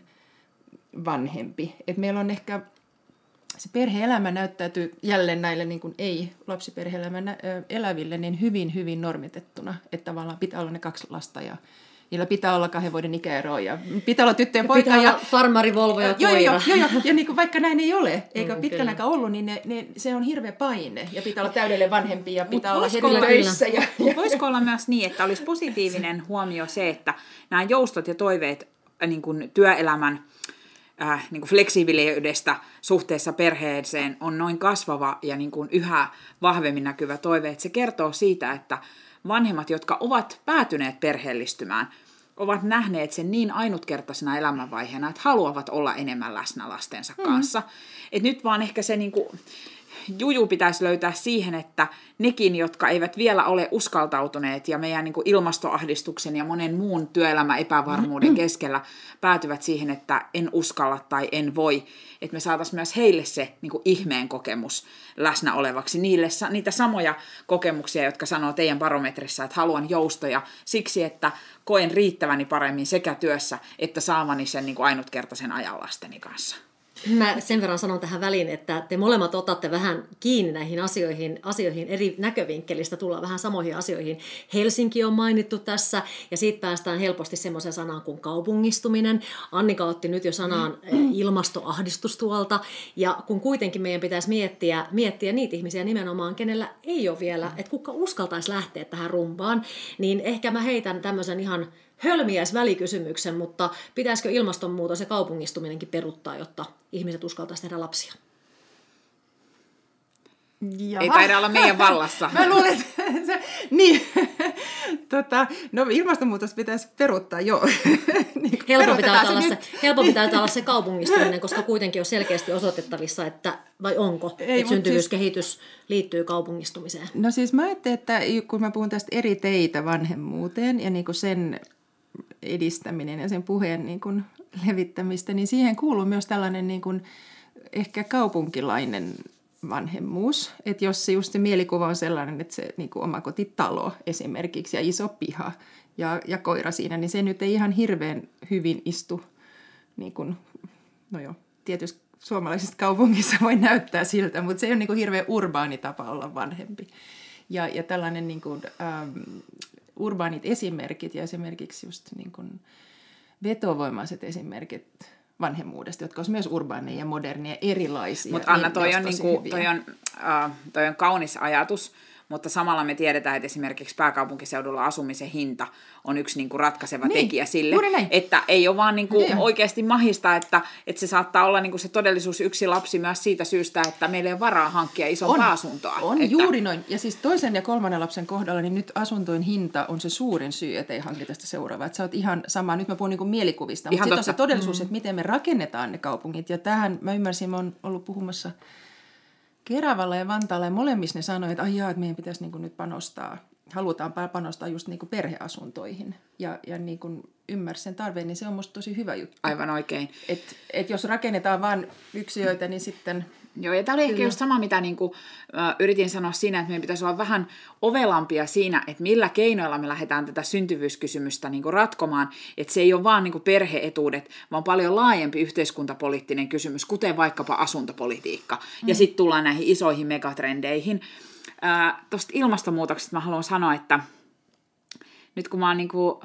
vanhempi. Et meillä on ehkä se perhe-elämä näyttäytyy jälleen näille niin kuin ei-lapsiperhe-elämän eläville niin hyvin, hyvin normitettuna. Että tavallaan pitää olla ne 2 lasta ja niillä pitää olla 2 vuoden ikäeroa ja pitää olla tyttö ja poika. Pitää olla farmari, Volvo ja koira. Joo. Ja niin kuin vaikka näin ei ole, eikä pitkän aikaa ollut, niin se on hirveä paine. Ja pitää olla täydellinen vanhempi ja pitää olla heti töissä. Voisiko olla myös niin, että olisi positiivinen huomio se, että nämä joustot ja toiveet niin kuin työelämän niin kuin fleksibiliydestä suhteessa perheeseen on noin kasvava ja niin kuin yhä vahvemmin näkyvä toive, että se kertoo siitä, että vanhemmat, jotka ovat päätyneet perheellistymään, ovat nähneet sen niin ainutkertaisena elämänvaiheena, että haluavat olla enemmän läsnä lastensa kanssa. Et nyt vaan ehkä se niinku juju pitäisi löytää siihen, että nekin, jotka eivät vielä ole uskaltautuneet ja meidän niin kuin ilmastoahdistuksen ja monen muun työelämäepävarmuuden keskellä päätyvät siihen, että en uskalla tai en voi, että me saataisiin myös heille se niin kuin ihmeen kokemus läsnä olevaksi. Niitä samoja kokemuksia, jotka sanoo teidän barometrissa, että haluan joustoja siksi, että koen riittäväni paremmin sekä työssä että saavani sen niin kuin ainutkertaisen ajan lasteni kanssa. Mä sen verran sanon tähän väliin, että te molemmat otatte vähän kiinni näihin asioihin eri näkövinkkelistä, tullaan vähän samoihin asioihin. Helsinki on mainittu tässä, ja siitä päästään helposti semmoisen sanaan kuin kaupungistuminen. Annika otti nyt jo sanaan ilmastoahdistus tuolta, ja kun kuitenkin meidän pitäisi miettiä niitä ihmisiä nimenomaan, kenellä ei ole vielä, että kuka uskaltaisi lähteä tähän rumbaan, niin ehkä mä heitän tämmöisen ihan hölmiäisvälikysymyksen, mutta pitäisikö ilmastonmuutos ja kaupungistuminenkin peruuttaa, jotta ihmiset uskaltaisivat tehdä lapsia? Ei taida olla meidän vallassa. Mä luulen, että se, niin. No ilmastonmuutos pitäisi peruuttaa, joo. Niin, helpompi taitaa olla se kaupungistuminen, koska kuitenkin on selkeästi osoitettavissa, että vai onko, että syntyvyyskehitys liittyy kaupungistumiseen. No siis mä ajattelin, että kun mä puhun tästä eri teitä vanhemmuuteen ja niin kuin sen edistäminen ja sen puheen niin kuin levittämistä, niin siihen kuuluu myös tällainen niin kuin ehkä kaupunkilainen vanhemmuus. Että jos se just se mielikuva on sellainen, että se niin kuin omakotitalo esimerkiksi ja iso piha ja koira siinä, niin se nyt ei ihan hirveän hyvin istu, niin kuin, no joo, tietysti suomalaisista kaupungissa voi näyttää siltä, mutta se ei ole niin kuin hirveän urbaani tapa olla vanhempi. Ja tällainen niin kuin, urbaanit esimerkit ja esimerkiksi just niin kuin vetovoimaiset esimerkit vanhemmuudesta, jotka on myös urbaaneja ja moderneja, erilaisia. Mutta Anna, niin toi on kaunis ajatus, mutta samalla me tiedetään, että esimerkiksi pääkaupunkiseudulla asumisen hinta on yksi niin kuin ratkaiseva tekijä sille, että ei ole vaan niin kuin oikeasti mahista, että se saattaa olla niin kuin se todellisuus yksi lapsi myös siitä syystä, että meillä ei ole varaa hankkia isompaa asuntoa. On juuri noin. Ja siis toisen ja kolmannen lapsen kohdalla, niin nyt asuntojen hinta on se suurin syy, ettei hankita sitä seuraavaa. Että sä oot ihan sama. Nyt mä puhun niin kuin mielikuvista, mutta sitten on se todellisuus, että miten me rakennetaan ne kaupungit. Ja tähän mä ymmärsin, mä oon ollut puhumassa Keravalla ja Vantaalla ja molemmissa ne sanoi, että että meidän pitäisi niin kuin nyt halutaan panostaa just niin kuin perheasuntoihin. Ja niin kuin ymmärsin sen tarpeen, niin se on musta tosi hyvä juttu. Aivan oikein. Et jos rakennetaan vain yksiöitä, niin sitten... Joo, ja tämä oli ehkä just sama, mitä niinku, yritin sanoa siinä, että meidän pitäisi olla vähän ovelampia siinä, että millä keinoilla me lähdetään tätä syntyvyyskysymystä niinku ratkomaan, että se ei ole vaan niinku perhe-etuudet, vaan paljon laajempi yhteiskuntapoliittinen kysymys, kuten vaikkapa asuntopolitiikka. Ja sitten tullaan näihin isoihin megatrendeihin. Tuosta ilmastonmuutoksesta mä haluan sanoa, että nyt kun mä niinku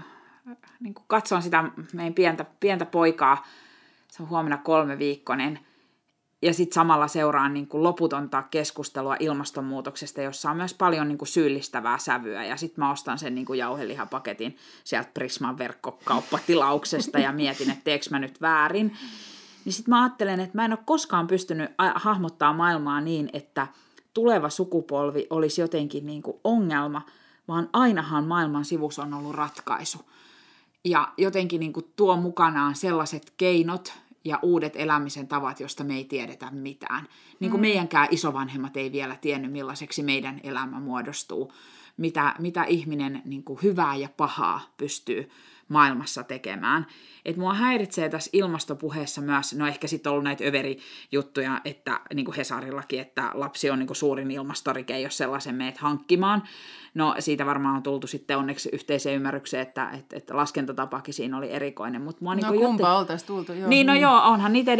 katson sitä meidän pientä poikaa, se on huomenna 3-viikkoinen, ja sitten samalla seuraan niin kuin loputonta keskustelua ilmastonmuutoksesta, jossa on myös paljon niin kuin syyllistävää sävyä. Ja sitten mä ostan sen niin kuin jauhelihapaketin sieltä Prisman verkkokauppatilauksesta ja mietin, että teekö mä nyt väärin. Niin sitten mä ajattelen, että mä en ole koskaan pystynyt hahmottaa maailmaa niin, että tuleva sukupolvi olisi jotenkin niin kuin ongelma, vaan ainahan maailman sivussa on ollut ratkaisu. Ja jotenkin niin kuin tuo mukanaan sellaiset keinot ja uudet elämisen tavat, josta me ei tiedetä mitään. Niin kuin meidänkään isovanhemmat ei vielä tiennyt, millaiseksi meidän elämä muodostuu, mitä ihminen niin kuin hyvää ja pahaa pystyy maailmassa tekemään. Et mua häiritsee tässä ilmastopuheessa myös, no ehkä sitten on ollut näitä överijuttuja, että niin kuin Hesarillakin, että lapsi on niin kuin suurin ilmastorike, jos sellaisen meet hankkimaan. No siitä varmaan on tultu sitten onneksi yhteiseen ymmärrykseen, että laskentatapakin siinä oli erikoinen. Mut mua no kumpa oltaisiin tultu. Joo. Niin, no joo, onhan niitä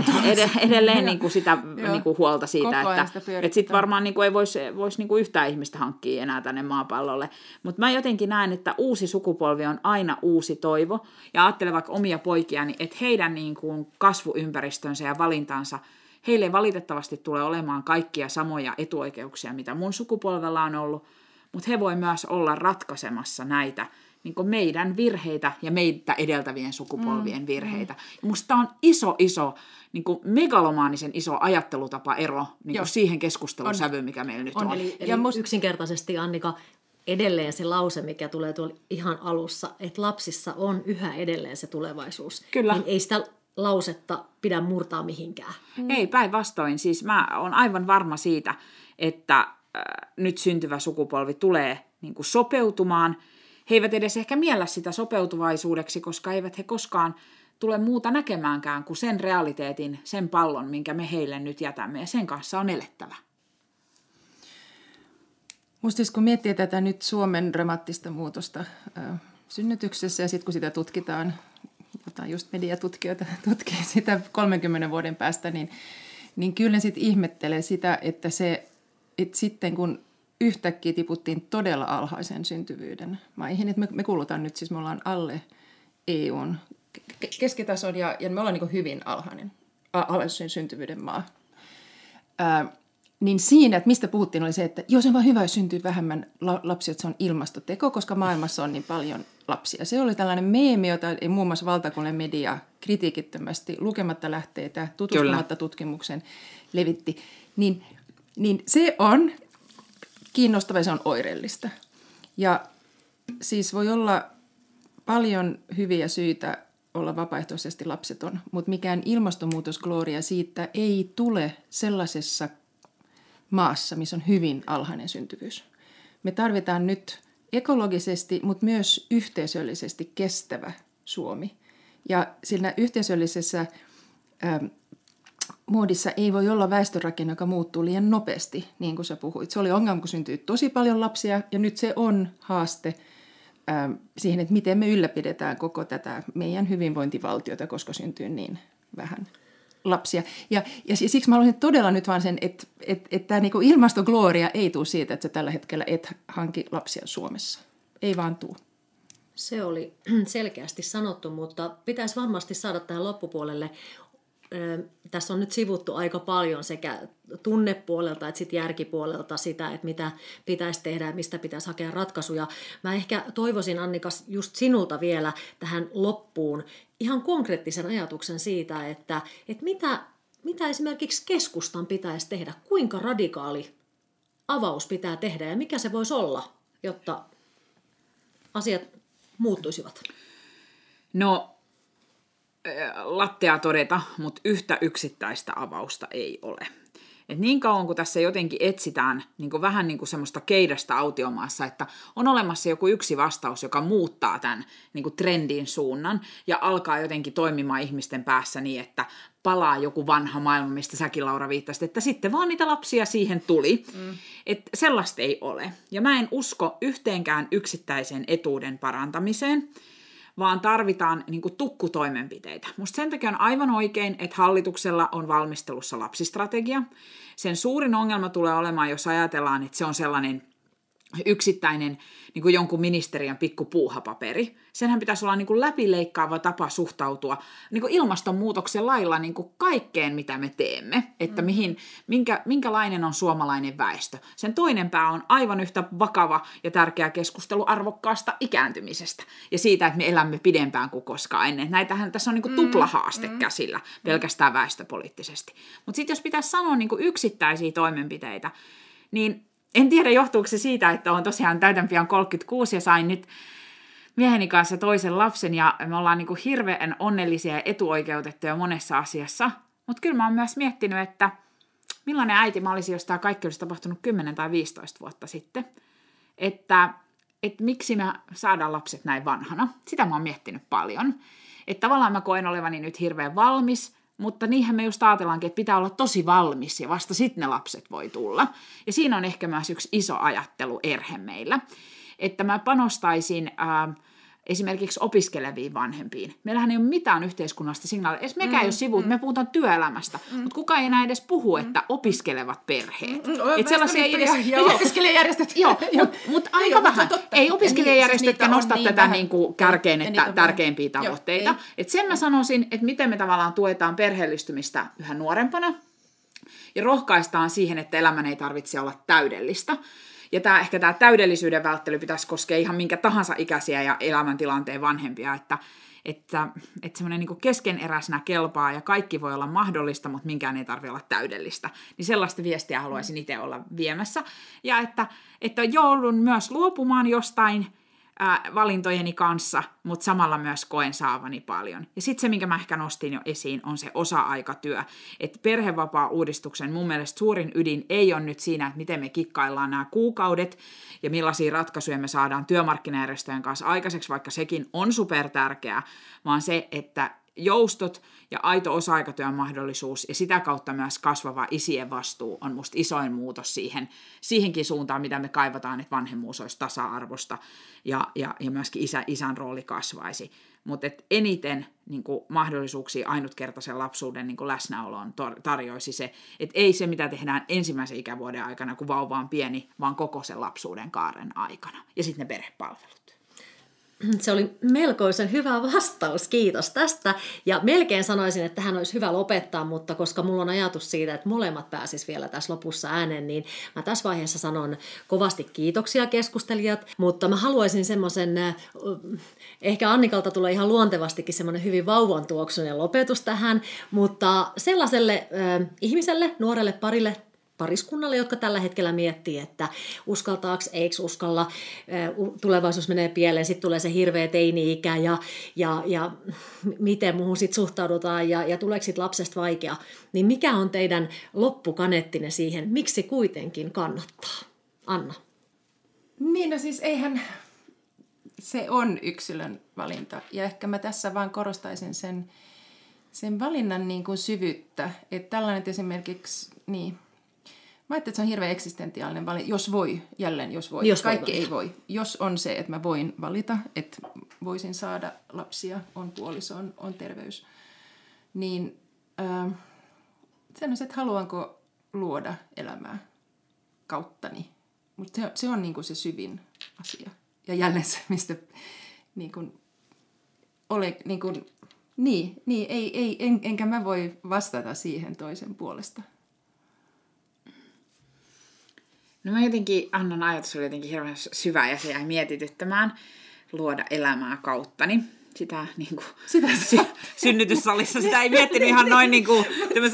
edelleen niin kuin sitä niin kuin huolta siitä, että sitten varmaan niin kuin ei voisi niin kuin yhtään ihmistä hankkia enää tänne maapallolle. Mutta mä jotenkin näen, että uusi sukupolvi on aina uusi toivo. Ja ajattelen vaikka omia poikiani, että heidän niin kuin kasvuympäristönsä ja valintansa, heille ei valitettavasti tule olemaan kaikkia samoja etuoikeuksia, mitä mun sukupolvella on ollut, mutta he voi myös olla ratkaisemassa näitä niin kuin meidän virheitä ja meitä edeltävien sukupolvien virheitä. Ja musta tämä on iso, niin kuin megalomaanisen iso ajattelutapa-ero niin kuin siihen keskustelusävyyn, mikä meillä nyt on. Eli yksinkertaisesti, Annika, edelleen se lause, mikä tulee tuolla ihan alussa, että lapsissa on yhä edelleen se tulevaisuus. Kyllä. Niin ei sitä lausetta pidä murtaa mihinkään. Ei, päinvastoin. Siis mä oon aivan varma siitä, että nyt syntyvä sukupolvi tulee niin kuin sopeutumaan. He eivät edes ehkä miellä sitä sopeutuvaisuudeksi, koska eivät he koskaan tule muuta näkemäänkään kuin sen realiteetin, sen pallon, minkä me heille nyt jätämme, ja sen kanssa on elettävä. Musta siis kun miettii tätä nyt Suomen dramaattista muutosta synnytyksessä, ja sitten kun sitä tutkitaan, jotain just mediatutkijoita tutkii sitä 30 vuoden päästä, niin kyllä ne sitten ihmettelee sitä, että sitten kun yhtäkkiä tiputtiin todella alhaisen syntyvyyden maihin, että me kuulutaan nyt, siis me ollaan alle EUn keskitason ja me ollaan niin kuin hyvin alhaisen syntyvyyden maa. Niin siinä, että mistä puhuttiin, oli se, että se on vaan hyvä, jos syntyy vähemmän lapsia, että se on ilmastoteko, koska maailmassa on niin paljon lapsia. Se oli tällainen meemi, jota muun muassa valtakunnan media kritiikittömästi lukematta lähteitä, tutustumatta tutkimuksen levitti. Niin Niin se on kiinnostavaa ja se on oireellista. Ja siis voi olla paljon hyviä syitä olla vapaaehtoisesti lapseton, mutta mikään ilmastonmuutosglooria siitä ei tule sellaisessa maassa, missä on hyvin alhainen syntyvyys. Me tarvitaan nyt ekologisesti, mutta myös yhteisöllisesti kestävä Suomi. Ja siinä yhteisöllisessä muodissa ei voi olla väestörakenne, joka muuttuu liian nopeasti, niin kuin sä puhuit. Se oli ongelma, kun syntyy tosi paljon lapsia, ja nyt se on haaste siihen, että miten me ylläpidetään koko tätä meidän hyvinvointivaltiota, koska syntyy niin vähän lapsia. Ja siksi mä haluaisin todella nyt vaan sen, että tämä niinku ilmastoglooria ei tule siitä, että sä tällä hetkellä et hanki lapsia Suomessa. Ei vaan tule. Se oli selkeästi sanottu, mutta pitäisi varmasti saada tähän loppupuolelle. Tässä on nyt sivuttu aika paljon sekä tunnepuolelta että sit järkipuolelta sitä, että mitä pitäisi tehdä ja mistä pitäisi hakea ratkaisuja. Mä ehkä toivoisin, Annika, just sinulta vielä tähän loppuun ihan konkreettisen ajatuksen siitä, että mitä esimerkiksi keskustan pitäisi tehdä, kuinka radikaali avaus pitää tehdä ja mikä se voisi olla, jotta asiat muuttuisivat. No, lattea todeta, mutta yhtä yksittäistä avausta ei ole. Et niin kauan kun tässä jotenkin etsitään niin vähän niin kuin semmoista keidasta autiomaassa, että on olemassa joku yksi vastaus, joka muuttaa tämän niin trendin suunnan ja alkaa jotenkin toimimaan ihmisten päässä niin, että palaa joku vanha maailma, mistä säkin, Laura, viittasit, että sitten vaan niitä lapsia siihen tuli. Että sellaista ei ole. Ja mä en usko yhteenkään yksittäisen etuuden parantamiseen, vaan tarvitaan niin kuin tukkutoimenpiteitä. Musta sen takia on aivan oikein, että hallituksella on valmistelussa lapsistrategia. Sen suurin ongelma tulee olemaan, jos ajatellaan, että se on sellainen yksittäinen niin kuin jonkun ministeriön pikku puuhapaperi. Senhän pitäisi olla niin kuin läpileikkaava tapa suhtautua niin kuin ilmastonmuutoksen lailla niin kuin kaikkeen, mitä me teemme. Että minkälainen on suomalainen väestö. Sen toinen pää on aivan yhtä vakava ja tärkeä keskustelu arvokkaasta ikääntymisestä. Ja siitä, että me elämme pidempään kuin koskaan ennen. Näitähän tässä on niin kuin tuplahaaste käsillä pelkästään väestöpoliittisesti. Mutta sitten jos pitäisi sanoa niin kuin yksittäisiä toimenpiteitä, niin en tiedä, johtuuko se siitä, että olen tosiaan täytän pian 36 ja sain nyt mieheni kanssa toisen lapsen ja me ollaan niin kuin hirveän onnellisia ja etuoikeutettuja monessa asiassa. Mutta kyllä mä oon myös miettinyt, että millainen äiti mä olisin, jos tämä kaikki olisi tapahtunut 10 tai 15 vuotta sitten. Että miksi me saadaan lapset näin vanhana. Sitä mä oon miettinyt paljon. Että tavallaan mä koen olevani nyt hirveän valmis, mutta niinhän me just ajatellaankin, että pitää olla tosi valmis ja vasta sitten ne lapset voi tulla. Ja siinä on ehkä myös yksi iso ajatteluerhe meillä, että mä panostaisin esimerkiksi opiskeleviin vanhempiin. Meillähän ei ole mitään yhteiskunnallista signaalia. Edes mekään ei ole sivuut, me puhutaan työelämästä, mutta kukaan ei enää edes puhu, että opiskelevat perheet. Että sellaisia ei edes... Ja opiskelijajärjestöt. Joo, mutta aika vähän. Ei opiskelijajärjestötkään nosta tätä niin kuin kärkeen, että tärkeimpiä tavoitteita. Että sen mä sanoisin, että miten me tavallaan tuetaan perheellistymistä yhä nuorempana ja rohkaistaan siihen, että elämän ei tarvitse olla täydellistä. Ja ehkä tämä täydellisyyden välttely pitäisi koskea ihan minkä tahansa ikäisiä ja elämäntilanteen vanhempia, että semmoinen niin keskeneräisenä kelpaa ja kaikki voi olla mahdollista, mutta minkään ei tarvitse olla täydellistä. Niin sellaista viestiä haluaisin itse olla viemässä. Ja että joudun myös luopumaan jostain valintojeni kanssa, mutta samalla myös koen saavani paljon. Ja sitten se, minkä mä ehkä nostin jo esiin, on se osa-aikatyö. Että perhevapaa-uudistuksen mun mielestä suurin ydin ei ole nyt siinä, että miten me kikkaillaan nämä kuukaudet ja millaisia ratkaisuja me saadaan työmarkkinajärjestöjen kanssa aikaiseksi, vaikka sekin on supertärkeää, vaan se, että joustot ja aito osa-aikatyön mahdollisuus ja sitä kautta myös kasvava isien vastuu on musta isoin muutos siihenkin suuntaan, mitä me kaivataan, että vanhemmuus olisi tasa-arvosta ja myöskin isän rooli kasvaisi. Mutta eniten niin kuin mahdollisuuksia ainutkertaisen lapsuuden niin kuin läsnäoloon tarjoisi se, että ei se, mitä tehdään ensimmäisen ikävuoden aikana, kun vauva on pieni, vaan koko sen lapsuuden kaaren aikana. Ja sitten ne perhepalvelut. Se oli melkoisen hyvä vastaus, kiitos tästä. Ja melkein sanoisin, että tähän olisi hyvä lopettaa, mutta koska mulla on ajatus siitä, että molemmat pääsis vielä tässä lopussa ääneen, niin mä tässä vaiheessa sanon kovasti kiitoksia keskustelijat, mutta mä haluaisin semmoisen, ehkä Annikalta tulee ihan luontevastikin semmoinen hyvin vauvan tuoksunen lopetus tähän, mutta sellaiselle ihmiselle, nuorelle parille pariskunnalle, jotka tällä hetkellä miettii, että uskaltaako, eikö uskalla, tulevaisuus menee pieleen, sitten tulee se hirveä teini-ikä ja miten muuhun sitten suhtaudutaan ja tuleeko sitten lapsesta vaikea, niin mikä on teidän loppukanettinen siihen, miksi kuitenkin kannattaa? Anna. Niin, no siis eihän se on yksilön valinta ja ehkä mä tässä vaan korostaisin sen valinnan niin kuin syvyyttä, että tällainen esimerkiksi, niin mä ajattelin, että se on hirveän eksistentiaalinen valinta, jos voi, jälleen jos voi. Jos kaikki voi. ei voi. Jos on se, että mä voin valita, että voisin saada lapsia, on puoliso, on terveys, niin sen on se, että haluanko luoda elämää kauttani. Mutta se on niin kuin se syvin asia. Ja jälleen se, mistä niin kuin, enkä mä voi vastata siihen toisen puolesta. No mä jotenkin, Annan ajatus oli jotenkin hirveän syvä ja se jäi mietityttämään luoda elämää kauttani. Sitä niin kuin synnytyssalissa, sitä ei miettinyt ihan noin niin kuin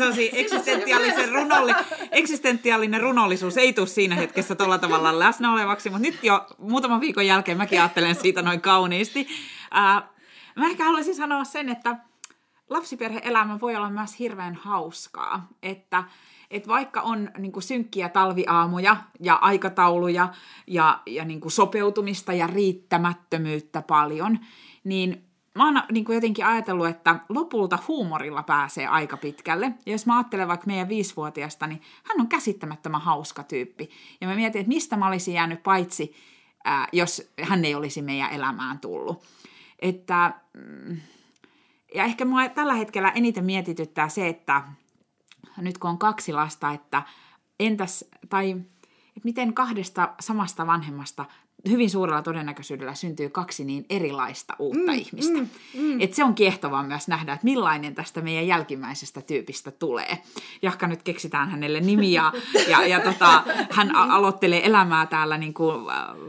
eksistentiaalinen runollisuus ei tule siinä hetkessä tuolla tavalla läsnä olevaksi, mutta nyt jo muutaman viikon jälkeen mäkin ajattelen siitä noin kauniisti. Mä ehkä haluaisin sanoa sen, että lapsiperhe-elämä voi olla myös hirveän hauskaa, että vaikka on niin kuin synkkiä talviaamuja ja aikatauluja ja niin kuin sopeutumista ja riittämättömyyttä paljon, niin mä oon niin kuin jotenkin ajatellut, että lopulta huumorilla pääsee aika pitkälle. Ja jos mä ajattelen vaikka meidän 5-vuotiaasta, niin hän on käsittämättömän hauska tyyppi. Ja mä mietin, että mistä mä olisin jäänyt paitsi, jos hän ei olisi meidän elämään tullut. Ja ehkä mua tällä hetkellä eniten mietityttää se, että nyt kun on 2 lasta, että miten 2 samasta vanhemmasta hyvin suurella todennäköisyydellä syntyy 2 niin erilaista uutta ihmistä. Että se on kiehtovaa myös nähdä, että millainen tästä meidän jälkimmäisestä tyypistä tulee. Jahka nyt keksitään hänelle nimi ja hän aloittelee elämää täällä niin kuin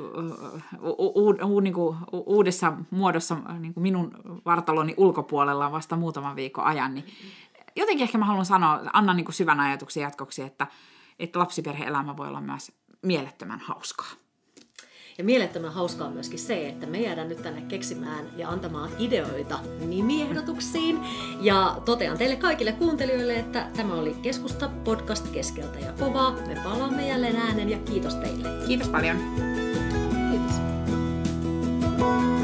uudessa muodossa niin kuin minun vartaloni ulkopuolella vasta muutaman viikon ajan. Niin jotenkin ehkä mä haluan sanoa, annan niin kuin syvän ajatuksen jatkoksi, että lapsiperhe-elämä voi olla myös mielettömän hauskaa. Ja mielettömän hauskaa on myöskin se, että me jäädään nyt tänne keksimään ja antamaan ideoita nimiehdotuksiin. Ja totean teille kaikille kuuntelijoille, että tämä oli Keskusta podcast keskeltä ja kovaa. Me palaamme jälleen äänen ja kiitos teille. Kiitos paljon. Kiitos.